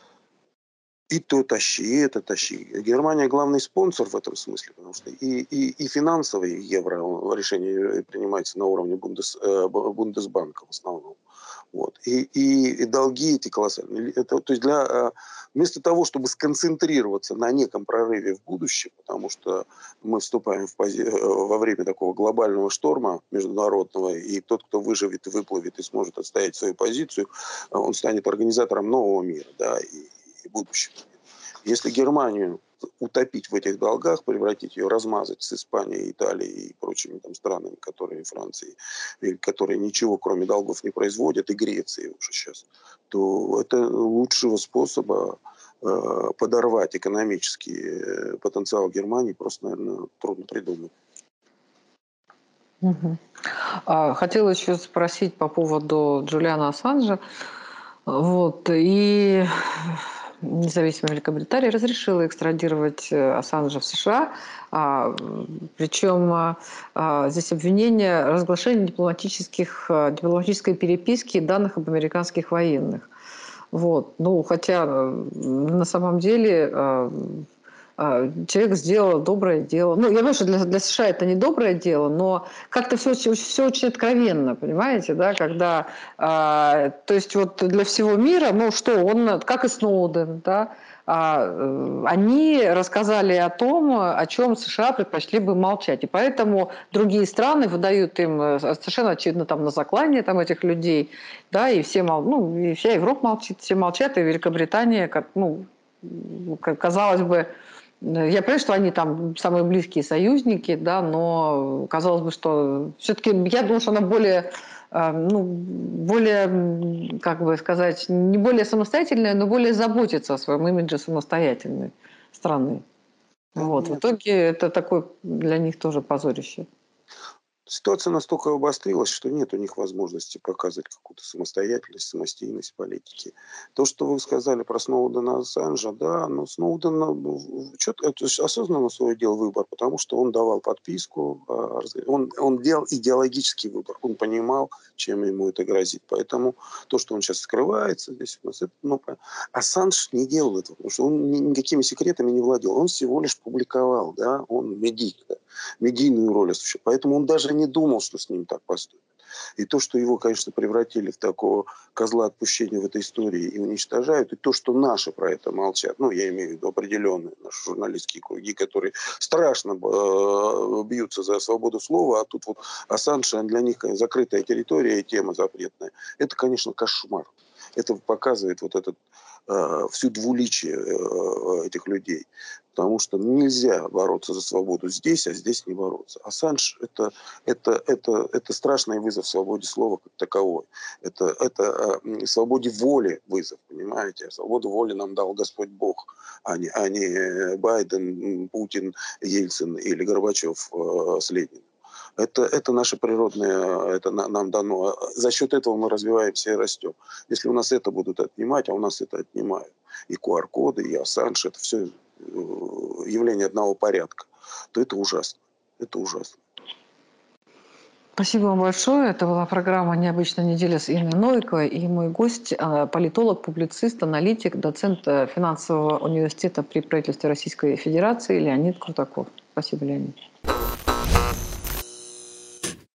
И то тащи, и это тащи. Германия главный спонсор в этом смысле, потому что и, и, и финансовые евро решения принимаются на уровне Бундес, э, Бу- Бундесбанка в основном. Вот. И, и, и долги эти колоссальные. Это, то есть для, э, вместо того, чтобы сконцентрироваться на неком прорыве в будущем, потому что мы вступаем в пози- э, во время такого глобального шторма международного, и тот, кто выживет и выплывет и сможет отстоять свою позицию, э, он станет организатором нового мира, да, и, и будущего. Если Германию утопить в этих долгах, превратить ее, размазать с Испанией, Италией и прочими там странами, которые Франции, которые ничего кроме долгов не производят, и Греции уже сейчас, то это лучшего способа э, подорвать экономический э, потенциал Германии просто, наверное, трудно придумать. мгм. А, Хотела еще спросить по поводу Джулиана Ассанжа. Вот, и независимая Великобритания разрешила экстрадировать э, Ассанжа в США. А, м, причем а, а, здесь обвинение разглашение дипломатических, а, дипломатической переписки и данных об американских военных. Вот. Ну, хотя э, на самом деле э, э, человек сделал доброе дело. Ну, я понимаю, что для, для США это не доброе дело, но как-то все, все, все очень откровенно, понимаете, да, когда, э, то есть вот для всего мира, ну что, он, как и Сноуден, да, а, э, они рассказали о том, о чем США предпочли бы молчать. И поэтому другие страны выдают им э, совершенно очевидно там на заклание там, этих людей, да, и все мол, ну, и вся Европа молчит, все молчат, и Великобритания, как, ну, казалось бы, я понимаю, что они там самые близкие союзники, да, но казалось бы, что все-таки я думаю, что она более, э, ну, более, как бы сказать, не более самостоятельная, но более заботится о своем имидже самостоятельной страны. Вот. В Понятно. итоге это такое для них тоже позорище. Ситуация настолько обострилась, что нет у них возможности показывать какую-то самостоятельность, самостийность политики. То, что вы сказали про Сноудена Ассанжа, да, но Сноуден ну, четко, то есть осознанно свой делал выбор, потому что он давал подписку, а, он, он делал идеологический выбор, он понимал, чем ему это грозит. Поэтому то, что он сейчас скрывается здесь у нас, это, ну, Ассанж не делал этого, потому что он ни- никакими секретами не владел, он всего лишь публиковал, да, он медийный, медийную роль осуществлял. Поэтому он даже не думал, что с ним так поступят. И то, что его, конечно, превратили в такого козла отпущения в этой истории и уничтожают, и то, что наши про это молчат, ну, я имею в виду определенные наши журналистские круги, которые страшно э, бьются за свободу слова, а тут вот Ассанж для них закрытая территория и тема запретная. Это, конечно, кошмар. Это показывает вот этот, э, всю двуличие э, этих людей. Потому что нельзя бороться за свободу здесь, а здесь не бороться. Ассанж это, это, это, это страшный вызов свободе слова как таковой. Это, это э, свободе воли вызов, понимаете? Свободу воли нам дал Господь Бог, а не, а не Байден, Путин, Ельцин или Горбачев э, с Лениным. Это, это наше природное, это на- нам дано. За счет этого мы развиваемся и растем. Если у нас это будут отнимать, а у нас это отнимают. И ку ар коды, и Ассанж, это все явление одного порядка, то это ужасно. Это ужасно. Спасибо вам большое. Это была программа «Необычная неделя» с Инной Новиковой. И мой гость – политолог, публицист, аналитик, доцент финансового университета при правительстве Российской Федерации Леонид Крутаков. Спасибо, Леонид.